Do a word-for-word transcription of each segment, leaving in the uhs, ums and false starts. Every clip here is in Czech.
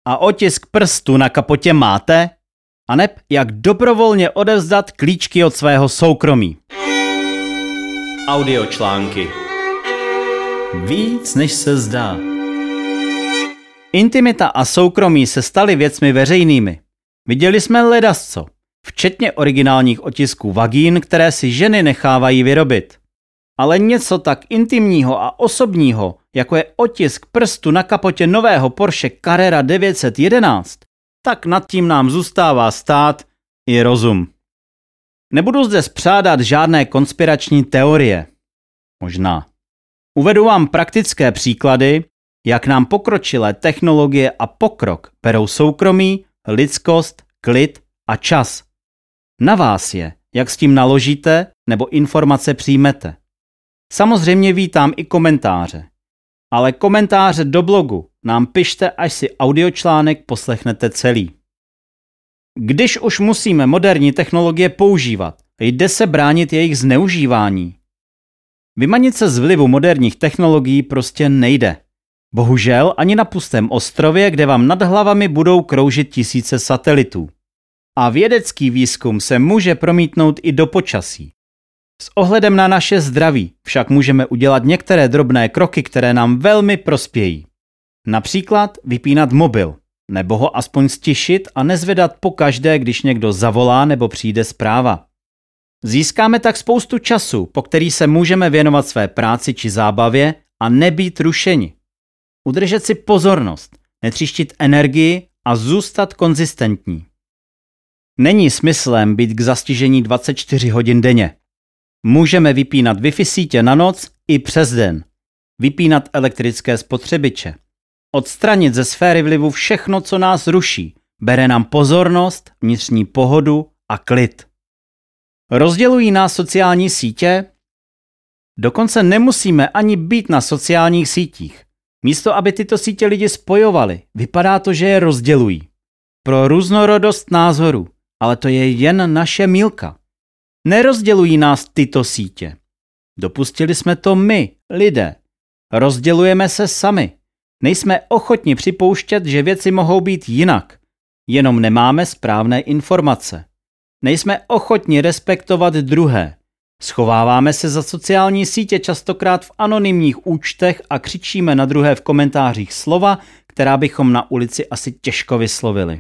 A otisk prstu na kapotě máte? Aneb jak dobrovolně odevzdat klíčky od svého soukromí. Audiočlánky. Víc než se zdá. Intimita a soukromí se staly věcmi veřejnými. Viděli jsme ledasco, včetně originálních otisků vagín, které si ženy nechávají vyrobit. Ale něco tak intimního a osobního, jako je otisk prstu na kapotě nového Porsche Carrera devět set jedenáct, tak nad tím nám zůstává stát i rozum. Nebudu zde spřádat žádné konspirační teorie. Možná. Uvedu vám praktické příklady, jak nám pokročilé technologie a pokrok berou soukromí, lidskost, klid a čas. Na vás je, jak s tím naložíte nebo informace přijmete. Samozřejmě vítám i komentáře. Ale komentáře do blogu nám pište, až si audiočlánek poslechnete celý. Když už musíme moderní technologie používat, jde se bránit jejich zneužívání. Vymanit se z vlivu moderních technologií prostě nejde. Bohužel ani na pustém ostrově, kde vám nad hlavami budou kroužit tisíce satelitů. A vědecký výzkum se může promítnout i do počasí. S ohledem na naše zdraví však můžeme udělat některé drobné kroky, které nám velmi prospějí. Například vypínat mobil, nebo ho aspoň stišit a nezvedat pokaždé, když někdo zavolá nebo přijde zpráva. Získáme tak spoustu času, po který se můžeme věnovat své práci či zábavě a nebýt rušeni. Udržet si pozornost, netříštit energii a zůstat konzistentní. Není smyslem být k zastižení dvacet čtyři hodin denně. Můžeme vypínat Wi-Fi sítě na noc i přes den. Vypínat elektrické spotřebiče. Odstranit ze sféry vlivu všechno, co nás ruší. Bere nám pozornost, vnitřní pohodu a klid. Rozdělují nás sociální sítě? Dokonce nemusíme ani být na sociálních sítích. Místo, aby tyto sítě lidi spojovaly, vypadá to, že je rozdělují. Pro různorodost názorů, ale to je jen naše mýlka. Nerozdělují nás tyto sítě. Dopustili jsme to my, lidé. Rozdělujeme se sami. Nejsme ochotni připouštět, že věci mohou být jinak. Jenom nemáme správné informace. Nejsme ochotni respektovat druhé. Schováváme se za sociální sítě častokrát v anonymních účtech a křičíme na druhé v komentářích slova, která bychom na ulici asi těžko vyslovili.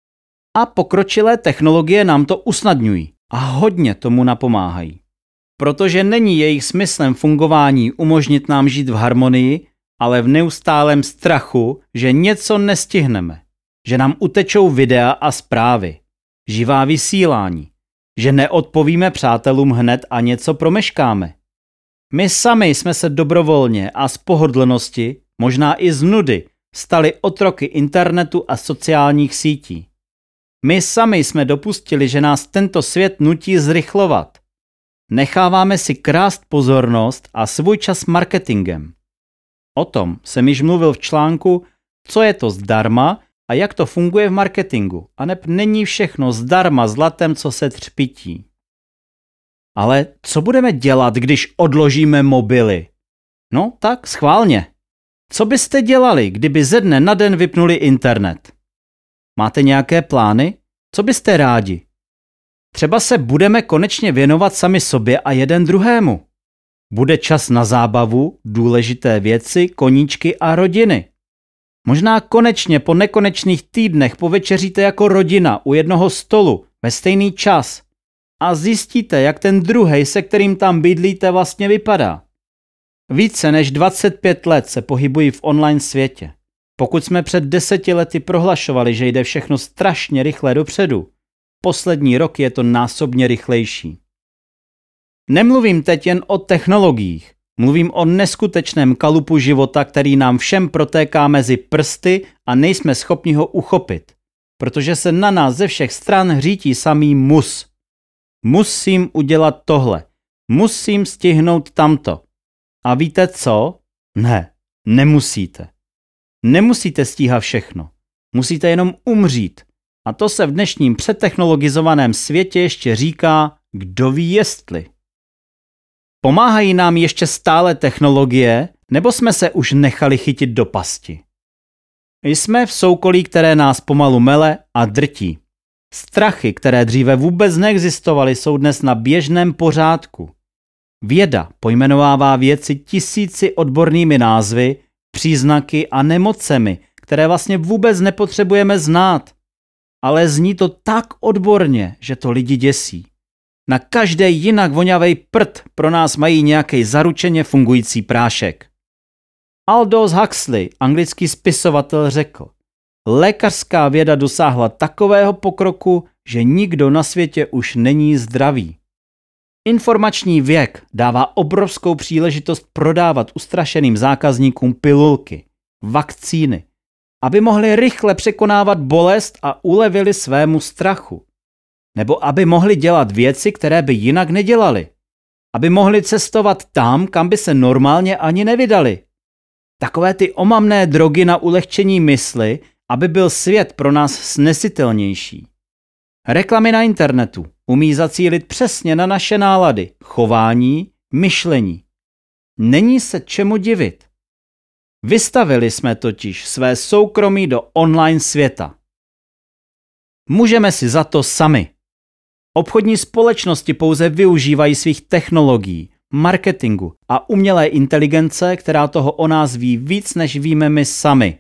A pokročilé technologie nám to usnadňují a hodně tomu napomáhají. Protože není jejich smyslem fungování umožnit nám žít v harmonii, ale v neustálém strachu, že něco nestihneme, že nám utečou videa a zprávy, živá vysílání, že neodpovíme přátelům hned a něco promeškáme. My sami jsme se dobrovolně a z pohodlnosti, možná i z nudy, stali otroky internetu a sociálních sítí. My sami jsme dopustili, že nás tento svět nutí zrychlovat. Necháváme si krást pozornost a svůj čas marketingem. O tom jsem již mluvil v článku Co je to zdarma a jak to funguje v marketingu. Aneb není všechno zdarma zlatem, co se třpytí. Ale co budeme dělat, když odložíme mobily? No tak schválně. Co byste dělali, kdyby ze dne na den vypnuli internet? Máte nějaké plány? Co byste rádi? Třeba se budeme konečně věnovat sami sobě a jeden druhému. Bude čas na zábavu, důležité věci, koníčky a rodiny. Možná konečně po nekonečných týdnech povečeříte jako rodina u jednoho stolu ve stejný čas a zjistíte, jak ten druhej, se kterým tam bydlíte, vlastně vypadá. Více než dvacet pět let se pohybují v online světě. Pokud jsme před deseti lety prohlašovali, že jde všechno strašně rychle dopředu, poslední rok je to násobně rychlejší. Nemluvím teď jen o technologiích, mluvím o neskutečném kalupu života, který nám všem protéká mezi prsty a nejsme schopni ho uchopit, protože se na nás ze všech stran hřítí samý mus. Musím udělat tohle, musím stihnout tamto. A víte co? Ne, nemusíte. Nemusíte stíhat všechno. Musíte jenom umřít. A to se v dnešním přetechnologizovaném světě ještě říká, kdo ví jestli. Pomáhají nám ještě stále technologie, nebo jsme se už nechali chytit do pasti? Jsme v soukolí, které nás pomalu mele a drtí. Strachy, které dříve vůbec neexistovaly, jsou dnes na běžném pořádku. Věda pojmenovává věci tisíci odbornými názvy, příznaky a nemocemi, které vlastně vůbec nepotřebujeme znát. Ale zní to tak odborně, že to lidi děsí. Na každé jinak voňavej prd pro nás mají nějaký zaručeně fungující prášek. Aldous Huxley, anglický spisovatel, řekl: lékařská věda dosáhla takového pokroku, že nikdo na světě už není zdravý. Informační věk dává obrovskou příležitost prodávat ustrašeným zákazníkům pilulky, vakcíny, aby mohli rychle překonávat bolest a ulevili svému strachu. Nebo aby mohli dělat věci, které by jinak nedělali. Aby mohli cestovat tam, kam by se normálně ani nevydali. Takové ty omamné drogy na ulehčení mysli, aby byl svět pro nás snesitelnější. Reklamy na internetu umí zacílit přesně na naše nálady, chování, myšlení. Není se čemu divit. Vystavili jsme totiž své soukromí do online světa. Můžeme si za to sami. Obchodní společnosti pouze využívají svých technologií, marketingu a umělé inteligence, která toho o nás ví víc, než víme my sami.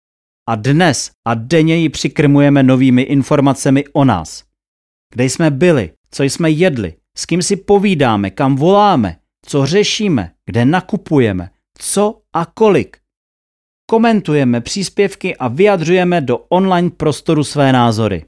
A dnes a denně ji přikrmujeme novými informacemi o nás. Kde jsme byli, co jsme jedli, s kým si povídáme, kam voláme, co řešíme, kde nakupujeme, co a kolik. Komentujeme příspěvky a vyjadřujeme do online prostoru své názory.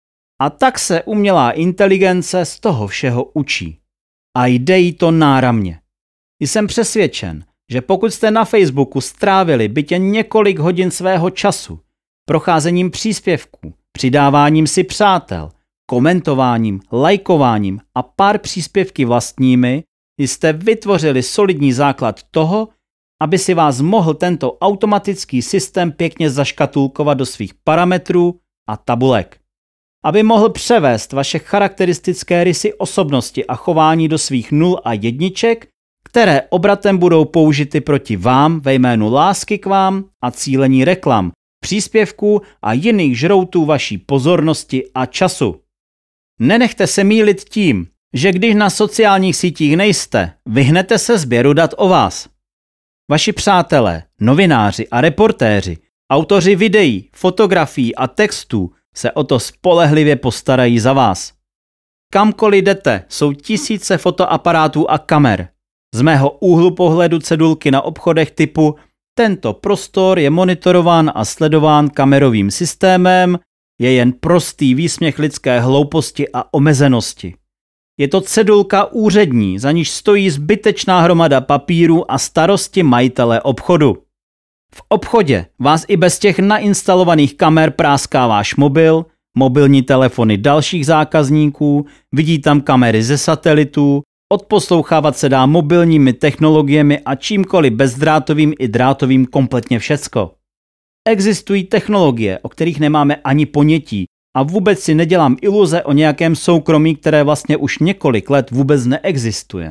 A tak se umělá inteligence z toho všeho učí. A jde jí to náramně. Jsem přesvědčen, že pokud jste na Facebooku strávili bytě několik hodin svého času procházením příspěvků, přidáváním si přátel, komentováním, lajkováním a pár příspěvky vlastními, jste vytvořili solidní základ toho, aby si vás mohl tento automatický systém pěkně zaškatulkovat do svých parametrů a tabulek. Aby mohl převést vaše charakteristické rysy osobnosti a chování do svých nul a jedniček, které obratem budou použity proti vám ve jménu lásky k vám a cílení reklam, příspěvků a jiných žroutů vaší pozornosti a času. Nenechte se mýlit tím, že když na sociálních sítích nejste, vyhnete se sběru dat o vás. Vaši přátelé, novináři a reportéři, autoři videí, fotografií a textů se o to spolehlivě postarají za vás. Kamkoliv jdete, jsou tisíce fotoaparátů a kamer. Z mého úhlu pohledu cedulky na obchodech typu tento prostor je monitorován a sledován kamerovým systémem, je jen prostý výsměch lidské hlouposti a omezenosti. Je to cedulka úřední, za níž stojí zbytečná hromada papíru a starosti majitele obchodu. V obchodě vás i bez těch nainstalovaných kamer práská váš mobil, mobilní telefony dalších zákazníků, vidí tam kamery ze satelitů, odposlouchávat se dá mobilními technologiemi a čímkoliv bezdrátovým i drátovým kompletně všecko. Existují technologie, o kterých nemáme ani ponětí a vůbec si nedělám iluze o nějakém soukromí, které vlastně už několik let vůbec neexistuje.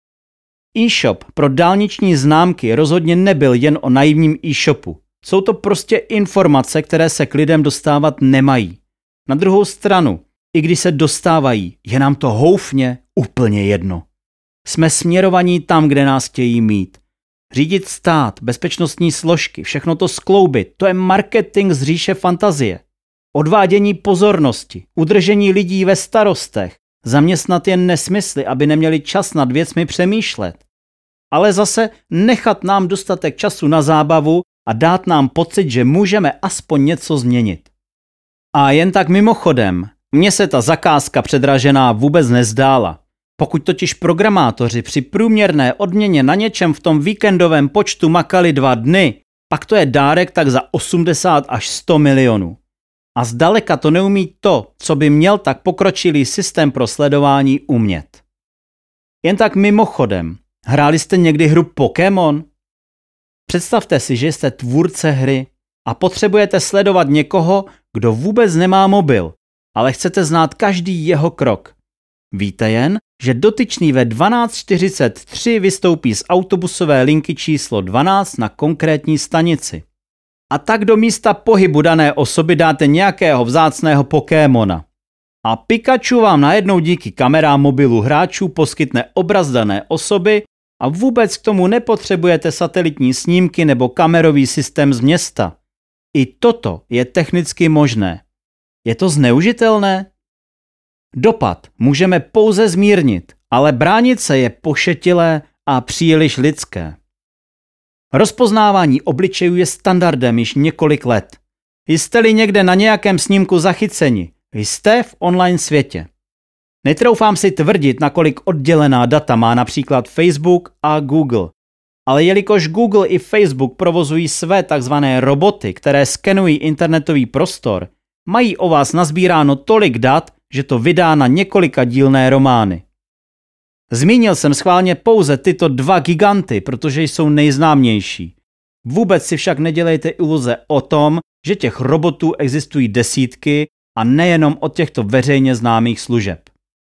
E-shop pro dálniční známky rozhodně nebyl jen o naivním e-shopu. Jsou to prostě informace, které se k lidem dostávat nemají. Na druhou stranu, i když se dostávají, je nám to houfně úplně jedno. Jsme směrovaní tam, kde nás chtějí mít. Řídit stát, bezpečnostní složky, všechno to skloubit, to je marketing z říše fantazie. Odvádění pozornosti, udržení lidí ve starostech, zaměstnat jen nesmysly, aby neměli čas nad věcmi přemýšlet. Ale zase nechat nám dostatek času na zábavu a dát nám pocit, že můžeme aspoň něco změnit. A jen tak mimochodem, mně se ta zakázka předražená vůbec nezdála. Pokud totiž programátoři při průměrné odměně na něčem v tom víkendovém počtu makali dva dny, pak to je dárek tak za osmdesát až sto milionů. A zdaleka to neumí to, co by měl tak pokročilý systém pro sledování umět. Jen tak mimochodem, hráli jste někdy hru Pokémon? Představte si, že jste tvůrce hry a potřebujete sledovat někoho, kdo vůbec nemá mobil, ale chcete znát každý jeho krok. Víte jen, že dotyčný ve dvanáct čtyřicet tři vystoupí z autobusové linky číslo dvanáct na konkrétní stanici. A tak do místa pohybu dané osoby dáte nějakého vzácného Pokémona. A Pikachu vám najednou díky kamerám mobilů hráčů poskytne obraz dané osoby a vůbec k tomu nepotřebujete satelitní snímky nebo kamerový systém z města. I toto je technicky možné. Je to zneužitelné? Dopad můžeme pouze zmírnit, ale bránit se je pošetilé a příliš lidské. Rozpoznávání obličejů je standardem již několik let. Jste-li někde na nějakém snímku zachyceni, jste v online světě. Netroufám si tvrdit, nakolik oddělená data má například Facebook a Google. Ale jelikož Google i Facebook provozují své takzvané roboty, které skenují internetový prostor, mají o vás nazbíráno tolik dat, že to vydá na několika dílné romány. Zmínil jsem schválně pouze tyto dva giganty, protože jsou nejznámější. Vůbec si však nedělejte iluze o tom, že těch robotů existují desítky a nejenom od těchto veřejně známých služeb.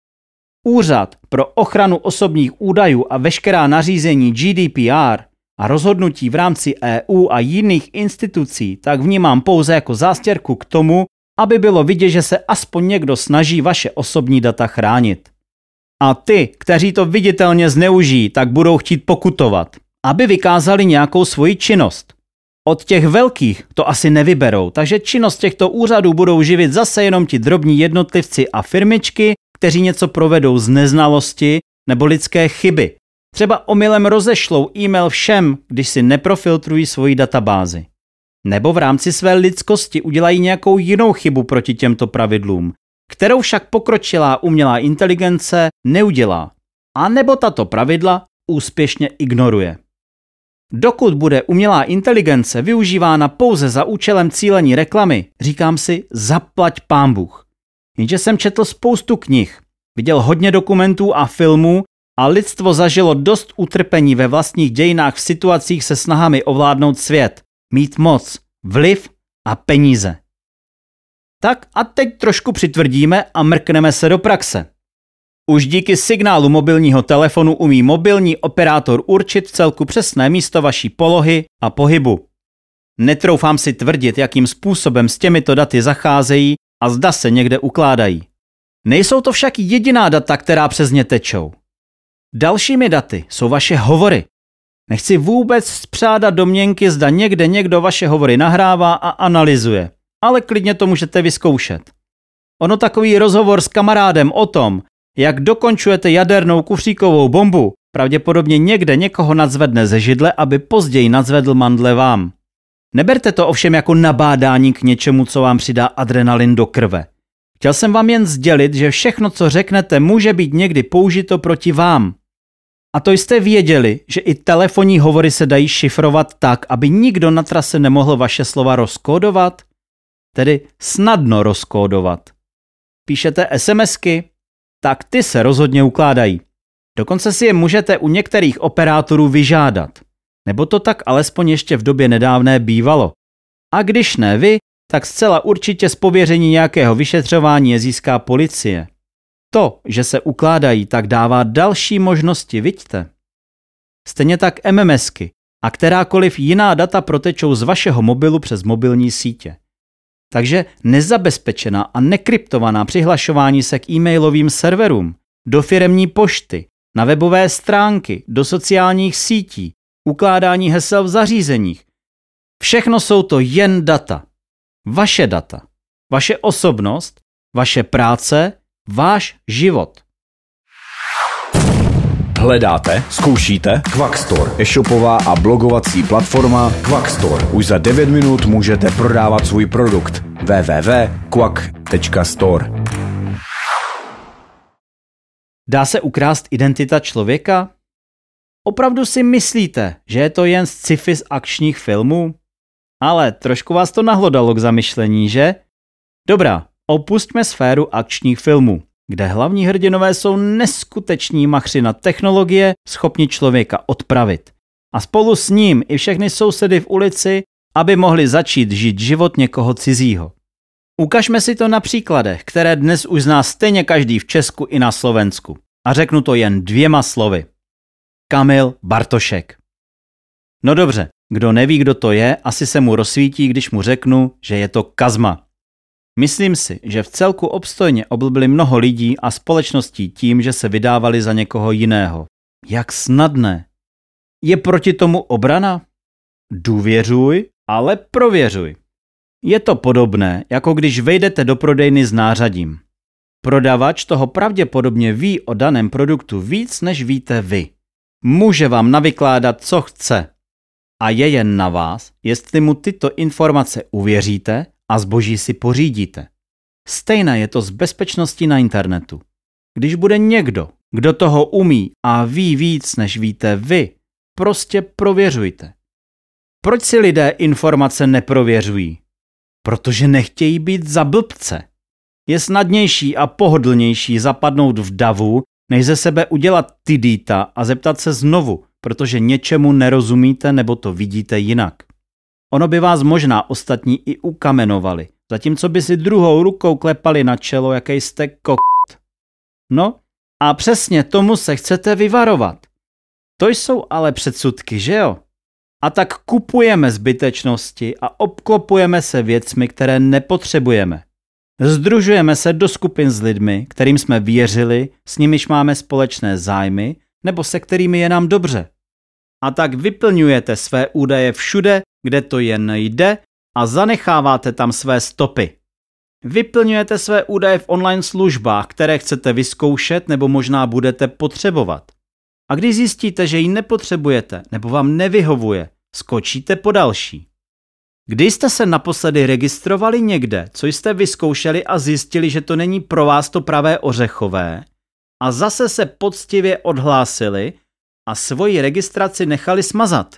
Úřad pro ochranu osobních údajů a veškerá nařízení G D P R a rozhodnutí v rámci E U a jiných institucí tak vnímám pouze jako zástěrku k tomu, aby bylo vidět, že se aspoň někdo snaží vaše osobní data chránit. A ty, kteří to viditelně zneužijí, tak budou chtít pokutovat, aby vykázali nějakou svoji činnost. Od těch velkých to asi nevyberou, takže činnost těchto úřadů budou živit zase jenom ti drobní jednotlivci a firmičky, kteří něco provedou z neznalosti nebo lidské chyby. Třeba omylem rozešlou e-mail všem, když si neprofiltrují svoji databázi. Nebo v rámci své lidskosti udělají nějakou jinou chybu proti těmto pravidlům, kterou však pokročilá umělá inteligence neudělá. A nebo tato pravidla úspěšně ignoruje. Dokud bude umělá inteligence využívána pouze za účelem cílení reklamy, říkám si zaplať pánbůh. Jenže jsem četl spoustu knih, viděl hodně dokumentů a filmů a lidstvo zažilo dost utrpení ve vlastních dějinách v situacích se snahami ovládnout svět, mít moc, vliv a peníze. Tak a teď trošku přitvrdíme a mrkneme se do praxe. Už díky signálu mobilního telefonu umí mobilní operátor určit vcelku přesné místo vaší polohy a pohybu. Netroufám si tvrdit, jakým způsobem s těmito daty zacházejí a zda se někde ukládají. Nejsou to však jediná data, která přes ně tečou. Dalšími daty jsou vaše hovory. Nechci vůbec spřádat domněnky, zda někde někdo vaše hovory nahrává a analyzuje, ale klidně to můžete vyzkoušet. Ono takový rozhovor s kamarádem o tom, jak dokončujete jadernou kufříkovou bombu, pravděpodobně někde někoho nadzvedne ze židle, aby později nadzvedl mandle vám. Neberte to ovšem jako nabádání k něčemu, co vám přidá adrenalin do krve. Chtěl jsem vám jen sdělit, že všechno, co řeknete, může být někdy použito proti vám. A to jste věděli, že i telefonní hovory se dají šifrovat tak, aby nikdo na trase nemohl vaše slova rozkódovat? Tedy snadno rozkódovat. Píšete SMSky? Tak ty se rozhodně ukládají. Dokonce si je můžete u některých operátorů vyžádat. Nebo to tak alespoň ještě v době nedávné bývalo. A když ne vy, tak zcela určitě z pověření nějakého vyšetřování je získá policie. To, že se ukládají, tak dává další možnosti, viďte. Stejně tak MMSky a kterákoliv jiná data protečou z vašeho mobilu přes mobilní sítě. Takže nezabezpečená a nekryptovaná přihlašování se k e-mailovým serverům, do firemní pošty, na webové stránky, do sociálních sítí, ukládání hesel v zařízeních. Všechno jsou to jen data. Vaše data. Vaše osobnost, vaše práce, váš život. Hledáte, zkoušíte? Quackstore, e-shopová a blogovací platforma Quackstore. Už za devět minut můžete prodávat svůj produkt. w w w tečka quack tečka store. Dá se ukrást identita člověka? Opravdu si myslíte, že je to jen sci-fi z akčních filmů? Ale trošku vás to nahlodalo k zamyšlení, že? Dobrá, opustíme sféru akčních filmů, kde hlavní hrdinové jsou neskuteční machři na technologie, schopni člověka odpravit. A spolu s ním i všechny sousedy v ulici, aby mohli začít žít život někoho cizího. Ukažme si to na příkladech, které dnes už zná stejně každý v Česku i na Slovensku. A řeknu to jen dvěma slovy. Kamil Bartošek. No dobře, Kdo neví, kdo to je, asi se mu rozsvítí, když mu řeknu, že je to Kazma. Myslím si, že v celku obstojně oblbili mnoho lidí a společností tím, že se vydávali za někoho jiného. Jak snadné. Je proti tomu obrana? Důvěřuj, ale prověřuj. Je to podobné, jako když vejdete do prodejny s nářadím. Prodavač toho pravděpodobně ví o daném produktu víc, než víte vy. Může vám navykládat, co chce. A je jen na vás, jestli mu tyto informace uvěříte a zboží si pořídíte. Stejné je to s bezpečností na internetu. Když bude někdo, kdo toho umí a ví víc, než víte vy, prostě prověřujte. Proč si lidé informace neprověřují? Protože nechtějí být za blbce. Je snadnější a pohodlnější zapadnout v davu, než ze sebe udělat tidíta a zeptat se znovu, protože něčemu nerozumíte nebo to vidíte jinak. Ono by vás možná ostatní i ukamenovali, zatímco by si druhou rukou klepali na čelo, jaký jste kokot. No a přesně tomu se chcete vyvarovat. To jsou ale předsudky, že jo? A tak kupujeme zbytečnosti a obklopujeme se věcmi, které nepotřebujeme. Sdružujeme se do skupin s lidmi, kterým jsme věřili, s nimiž máme společné zájmy, nebo se kterými je nám dobře. A tak vyplňujete své údaje všude, kde to jen jde a zanecháváte tam své stopy. Vyplňujete své údaje v online službách, které chcete vyzkoušet nebo možná budete potřebovat. A když zjistíte, že ji nepotřebujete nebo vám nevyhovuje, skočíte po další. Kdy jste se naposledy registrovali někde, co jste vyzkoušeli a zjistili, že to není pro vás to pravé ořechové, a zase se poctivě odhlásili a svoji registraci nechali smazat?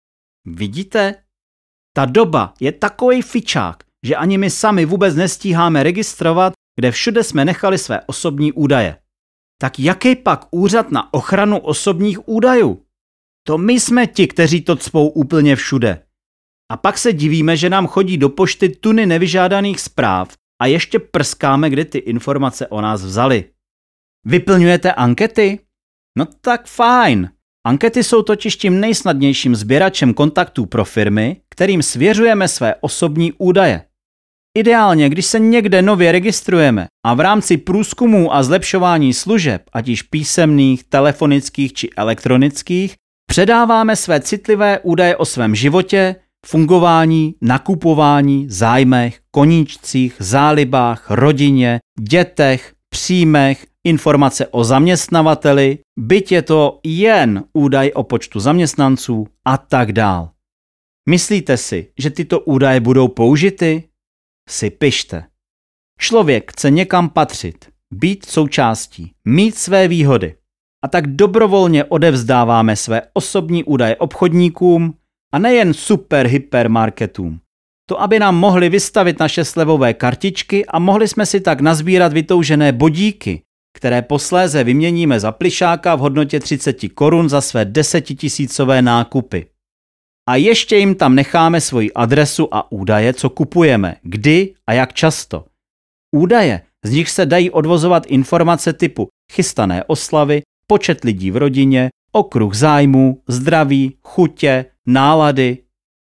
Vidíte? Ta doba je takovej fičák, že ani my sami vůbec nestíháme registrovat, kde všude jsme nechali své osobní údaje. Tak jaký pak úřad na ochranu osobních údajů? To my jsme ti, kteří to cpou úplně všude. A pak se divíme, že nám chodí do pošty tuny nevyžádaných zpráv a ještě prskáme, kde ty informace o nás vzali. Vyplňujete ankety? No tak fajn. Ankety jsou totiž tím nejsnadnějším sběračem kontaktů pro firmy, kterým svěřujeme své osobní údaje. Ideálně, když se někde nově registrujeme a v rámci průzkumů a zlepšování služeb, ať již písemných, telefonických či elektronických, předáváme své citlivé údaje o svém životě, fungování, nakupování, zájmech, koníčcích, zálibách, rodině, dětech, příjmech, informace o zaměstnavateli, byť je to jen údaj o počtu zaměstnanců a tak dál. Myslíte si, že tyto údaje budou použity? Si pište. Člověk chce někam patřit, být součástí, mít své výhody. A tak dobrovolně odevzdáváme své osobní údaje obchodníkům a nejen super hypermarketům. To, aby nám mohli vystavit naše slevové kartičky a mohli jsme si tak nazbírat vytoužené bodíky, které posléze vyměníme za plyšáka v hodnotě třicet korun za své desetitisícové nákupy. A ještě jim tam necháme svoji adresu a údaje, co kupujeme, kdy a jak často. Údaje, z nich se dají odvozovat informace typu chystané oslavy, počet lidí v rodině, okruh zájmů, zdraví, chutě, nálady.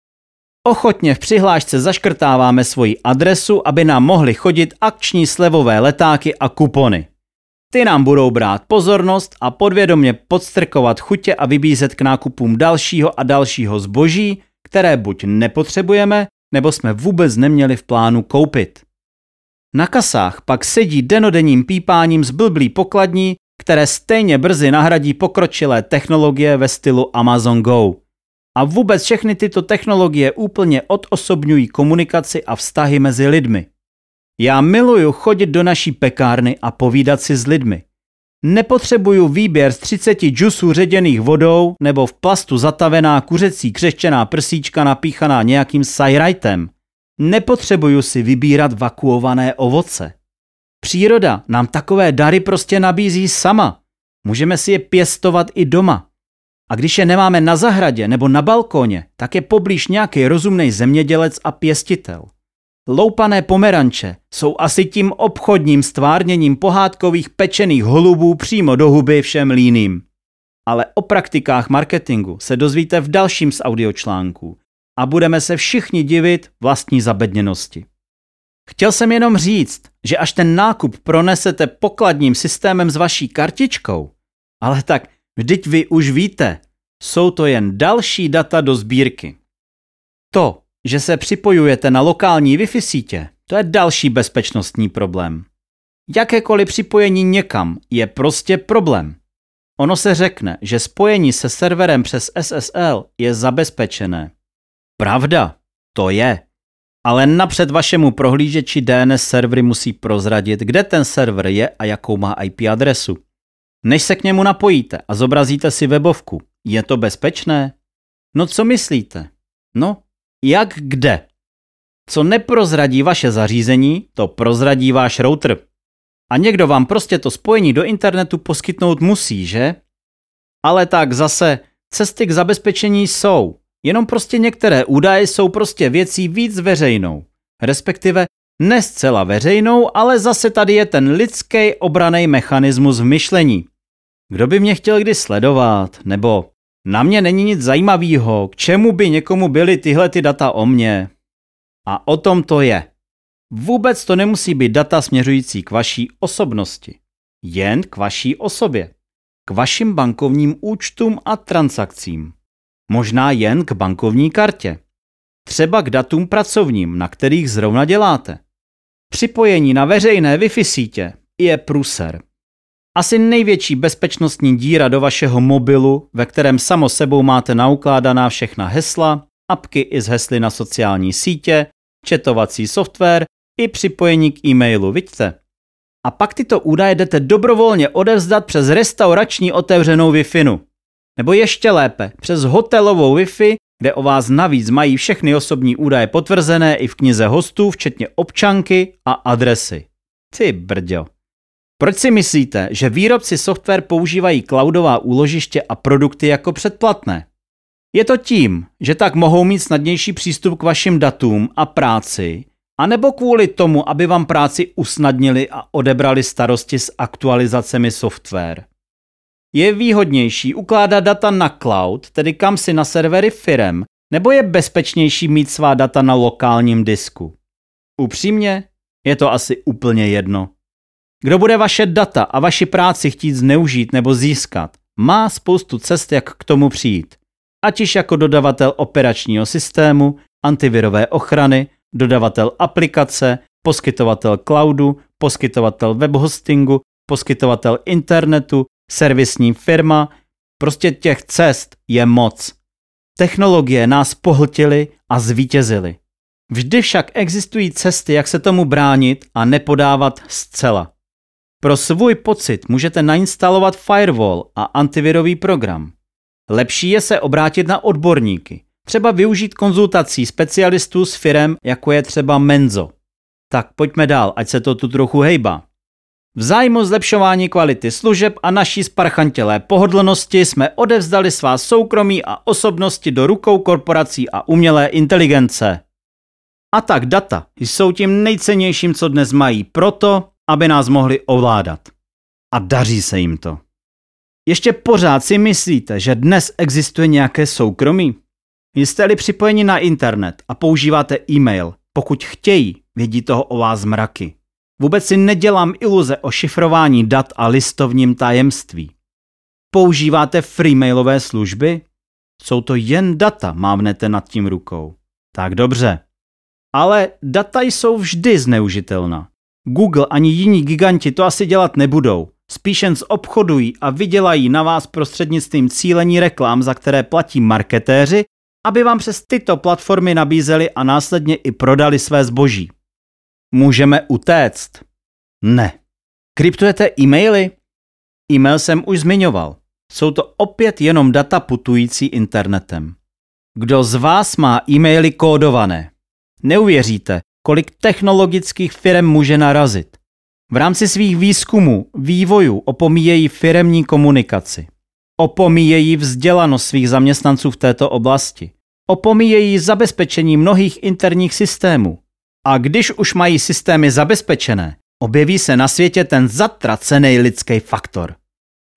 Ochotně v přihlášce zaškrtáváme svoji adresu, aby nám mohly chodit akční slevové letáky a kupony. Ty nám budou brát pozornost a podvědomě podstrkovat chutě a vybízet k nákupům dalšího a dalšího zboží, které buď nepotřebujeme, nebo jsme vůbec neměli v plánu koupit. Na kasách pak sedí denodenním pípáním zblblí pokladní, které stejně brzy nahradí pokročilé technologie ve stylu Amazon Go. A vůbec všechny tyto technologie úplně odosobňují komunikaci a vztahy mezi lidmi. Já miluju chodit do naší pekárny a povídat si s lidmi. Nepotřebuju výběr z třiceti džusů ředěných vodou nebo v plastu zatavená kuřecí křeštěná prsíčka napíchaná nějakým sajrajtem. Nepotřebuju si vybírat vakuované ovoce. Příroda nám takové dary prostě nabízí sama. Můžeme si je pěstovat i doma. A když je nemáme na zahradě nebo na balkóně, tak je poblíž nějaký rozumný zemědělec a pěstitel. Loupané pomeranče jsou asi tím obchodním stvárněním pohádkových pečených holubů přímo do huby všem líným. ale o praktikách marketingu se dozvíte v dalším z audiočlánků a budeme se všichni divit vlastní zabedněnosti. Chtěl jsem jenom říct, že až ten nákup pronesete pokladním systémem s vaší kartičkou, ale tak vždyť vy už víte, jsou to jen další data do sbírky. To, že se připojujete na lokální Wi-Fi sítě, to je další bezpečnostní problém. Jakékoliv připojení někam je prostě problém. Ono se řekne, že spojení se serverem přes S S L je zabezpečené. Pravda, to je. Ale napřed vašemu prohlížeči D N S servery musí prozradit, kde ten server je a jakou má I P adresu. Než se k němu napojíte a zobrazíte si webovku, je to bezpečné? No co myslíte? No, jak kde? Co neprozradí vaše zařízení, to prozradí váš router. A někdo vám prostě to spojení do internetu poskytnout musí, že? Ale tak zase, cesty k zabezpečení jsou. Jenom prostě některé údaje jsou prostě věcí víc veřejnou. Respektive ne zcela veřejnou, ale zase tady je ten lidský obranný mechanismus v myšlení. Kdo by mě chtěl kdy sledovat? Nebo na mě není nic zajímavého, k čemu by někomu byly tyhle ty data o mně? A o tom to je. Vůbec to nemusí být data směřující k vaší osobnosti. Jen k vaší osobě. K vašim bankovním účtům a transakcím. Možná jen k bankovní kartě. Třeba k datům pracovním, na kterých zrovna děláte. Připojení na veřejné Wi-Fi sítě je průser. Asi největší bezpečnostní díra do vašeho mobilu, ve kterém samo sebou máte naukládaná všechna hesla, apky i z hesly na sociální sítě, chatovací software i připojení k e-mailu, vidíte? A pak tyto údaje jdete dobrovolně odevzdat přes restaurační otevřenou Wi-Fi. Nebo ještě lépe, přes hotelovou Wi-Fi, kde o vás navíc mají všechny osobní údaje potvrzené i v knize hostů, včetně občanky a adresy. Ty brďo. Proč si myslíte, že výrobci software používají cloudová úložiště a produkty jako předplatné? Je to tím, že tak mohou mít snadnější přístup k vašim datům a práci, anebo kvůli tomu, aby vám práci usnadnili a odebrali starosti s aktualizacemi software. Je výhodnější ukládat data na cloud, tedy kam si na servery firem, nebo je bezpečnější mít svá data na lokálním disku? Upřímně, je to asi úplně jedno. Kdo bude vaše data a vaši práci chtít zneužít nebo získat, má spoustu cest, jak k tomu přijít. Ať již jako dodavatel operačního systému, antivirové ochrany, dodavatel aplikace, poskytovatel cloudu, poskytovatel webhostingu, poskytovatel internetu, servisní firma, prostě těch cest je moc. Technologie nás pohltily a zvítězily. Vždy však existují cesty, jak se tomu bránit a nepodávat zcela. Pro svůj pocit můžete nainstalovat firewall a antivirový program. Lepší je se obrátit na odborníky, třeba využít konzultací specialistů z firem, jako je třeba Menzo. Tak pojďme dál, ať se to tu trochu hejbá. V zájmu zlepšování kvality služeb a naší sparchantělé pohodlnosti jsme odevzdali svá soukromí a osobnosti do rukou korporací a umělé inteligence. A tak data jsou tím nejcennějším, co dnes mají, proto, aby nás mohli ovládat. A daří se jim to. Ještě pořád si myslíte, že dnes existuje nějaké soukromí? Jste-li připojeni na internet a používáte e-mail, pokud chtějí, vědí toho o vás mraky. Vůbec si nedělám iluze o šifrování dat a listovním tajemství. Používáte freemailové služby? Jsou to jen data, mávnete nad tím rukou. Tak dobře. Ale data jsou vždy zneužitelná. Google ani jiní giganti to asi dělat nebudou. Spíš jen zobchodují a vydělají na vás prostřednictvím cílení reklam, za které platí marketéři, aby vám přes tyto platformy nabízeli a následně i prodali své zboží. Můžeme utéct? Ne. Kryptujete e-maily? E-mail jsem už zmiňoval. Jsou to opět jenom data putující internetem. Kdo z vás má e-maily kódované? Neuvěříte, kolik technologických firem může narazit. V rámci svých výzkumů, vývojů opomíjejí firemní komunikaci. Opomíjejí vzdělanost svých zaměstnanců v této oblasti. Opomíjejí zabezpečení mnohých interních systémů. A když už mají systémy zabezpečené, objeví se na světě ten zatracený lidský faktor.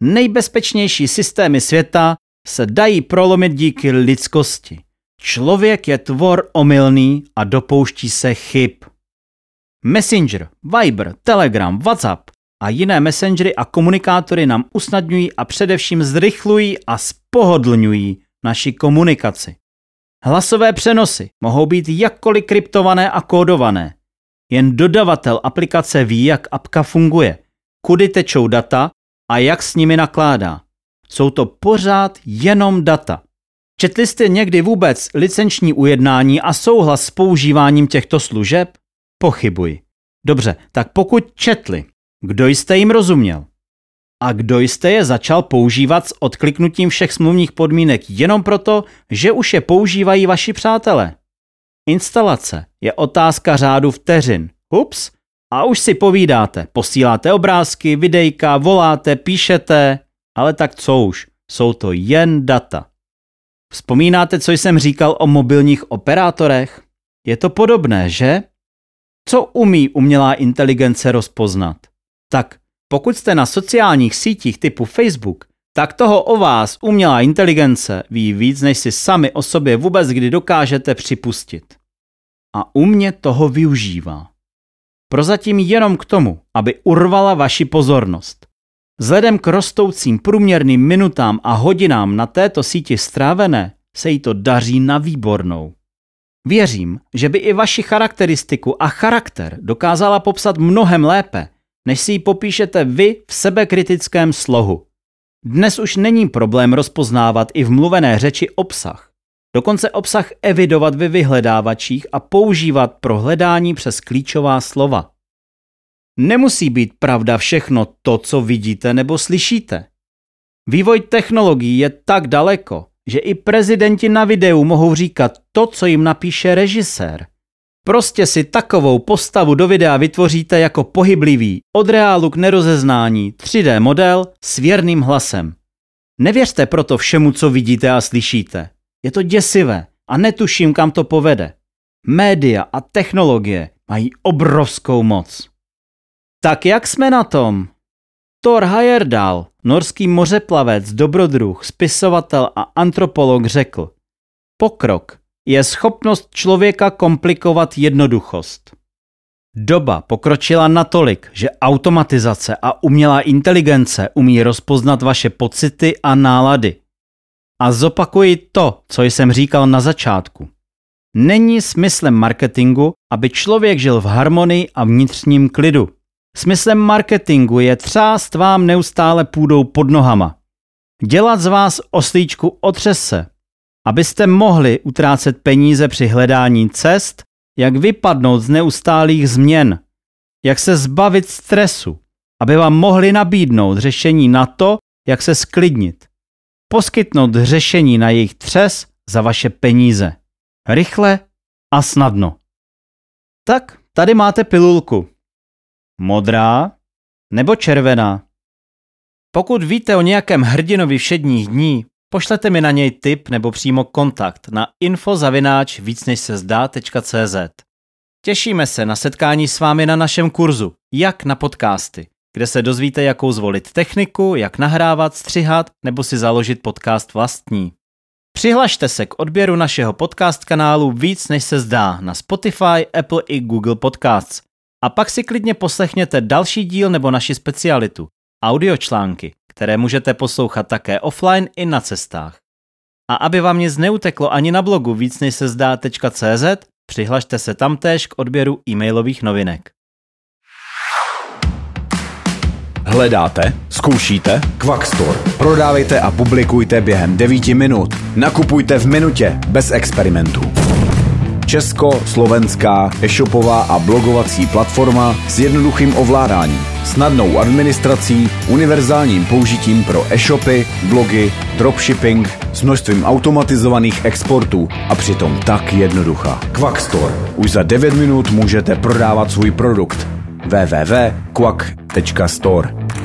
Nejbezpečnější systémy světa se dají prolomit díky lidskosti. Člověk je tvor omylný a dopouští se chyb. Messenger, Viber, Telegram, WhatsApp a jiné messengery a komunikátory nám usnadňují a především zrychlují a spohodlňují naši komunikaci. Hlasové přenosy mohou být jakkoliv kryptované a kódované. Jen dodavatel aplikace ví, jak apka funguje, kudy tečou data a jak s nimi nakládá. Jsou to pořád jenom data. Četli jste někdy vůbec licenční ujednání a souhlas s používáním těchto služeb? Pochybuji. Dobře, tak pokud četli, kdo jste jim rozuměl? A kdo jste je začal používat s odkliknutím všech smluvních podmínek jenom proto, že už je používají vaši přátelé? Instalace je otázka řádu vteřin. Ups, a už si povídáte, posíláte obrázky, videjka, voláte, píšete, ale tak co už, jsou to jen data. Vzpomínáte, co jsem říkal o mobilních operátorech? Je to podobné, že? Co umí umělá inteligence rozpoznat? Tak pokud jste na sociálních sítích typu Facebook, tak toho o vás umělá inteligence ví víc, než si sami o sobě vůbec kdy dokážete připustit. A umě toho využívá. Prozatím jenom k tomu, aby urvala vaši pozornost. Vzhledem k rostoucím průměrným minutám a hodinám na této síti strávené se jí to daří na výbornou. Věřím, že by i vaši charakteristiku a charakter dokázala popsat mnohem lépe, než si ji popíšete vy v sebekritickém slohu. Dnes už není problém rozpoznávat i v mluvené řeči obsah. Dokonce obsah evidovat ve vyhledávačích a používat pro hledání přes klíčová slova. Nemusí být pravda všechno to, co vidíte nebo slyšíte. Vývoj technologií je tak daleko, že i prezidenti na videu mohou říkat to, co jim napíše režisér. Prostě si takovou postavu do videa vytvoříte jako pohyblivý, od reálu k nerozeznání tři dé model s věrným hlasem. Nevěřte proto všemu, co vidíte a slyšíte. Je to děsivé a netuším, kam to povede. Média a technologie mají obrovskou moc. Tak jak jsme na tom? Thor Heyerdahl, norský mořeplavec, dobrodruh, spisovatel a antropolog řekl: pokrok je schopnost člověka komplikovat jednoduchost. Doba pokročila natolik, že automatizace a umělá inteligence umí rozpoznat vaše pocity a nálady. A zopakuji to, co jsem říkal na začátku. Není smyslem marketingu, aby člověk žil v harmonii a vnitřním klidu. Smyslem marketingu je třást vám neustále půdou pod nohama. Dělat z vás oslíčku otřese, abyste mohli utrácet peníze při hledání cest, jak vypadnout z neustálých změn, jak se zbavit stresu, aby vám mohli nabídnout řešení na to, jak se sklidnit. Poskytnout řešení na jejich třes za vaše peníze. Rychle a snadno. Tak tady máte pilulku. Modrá nebo červená? Pokud víte o nějakém hrdinovi všedních dní, pošlete mi na něj tip nebo přímo kontakt na info zavináč víc než se zdá tečka cé zet. Těšíme se na setkání s vámi na našem kurzu Jak na podcasty, kde se dozvíte, jakou zvolit techniku, jak nahrávat, střihat nebo si založit podcast vlastní. Přihlašte se k odběru našeho podcast kanálu Víc než se zdá na Spotify, Apple i Google Podcasts. A pak si klidně poslechněte další díl nebo naši specialitu, audiočlánky, které můžete poslouchat také offline i na cestách. A aby vám nic neuteklo ani na blogu víc než se zdá tečka cé zet, přihlašte se tamtéž k odběru e-mailových novinek. Hledáte? Zkoušíte? Quackstore. Prodávejte a publikujte během devíti minut. Nakupujte v minutě, bez experimentů. Česko-slovenská e-shopová a blogovací platforma s jednoduchým ovládáním, snadnou administrací, univerzálním použitím pro e-shopy, blogy, dropshipping s množstvím automatizovaných exportů a přitom tak jednoduchá. Quackstore. Už za devět minut můžete prodávat svůj produkt. w w w tečka quack tečka store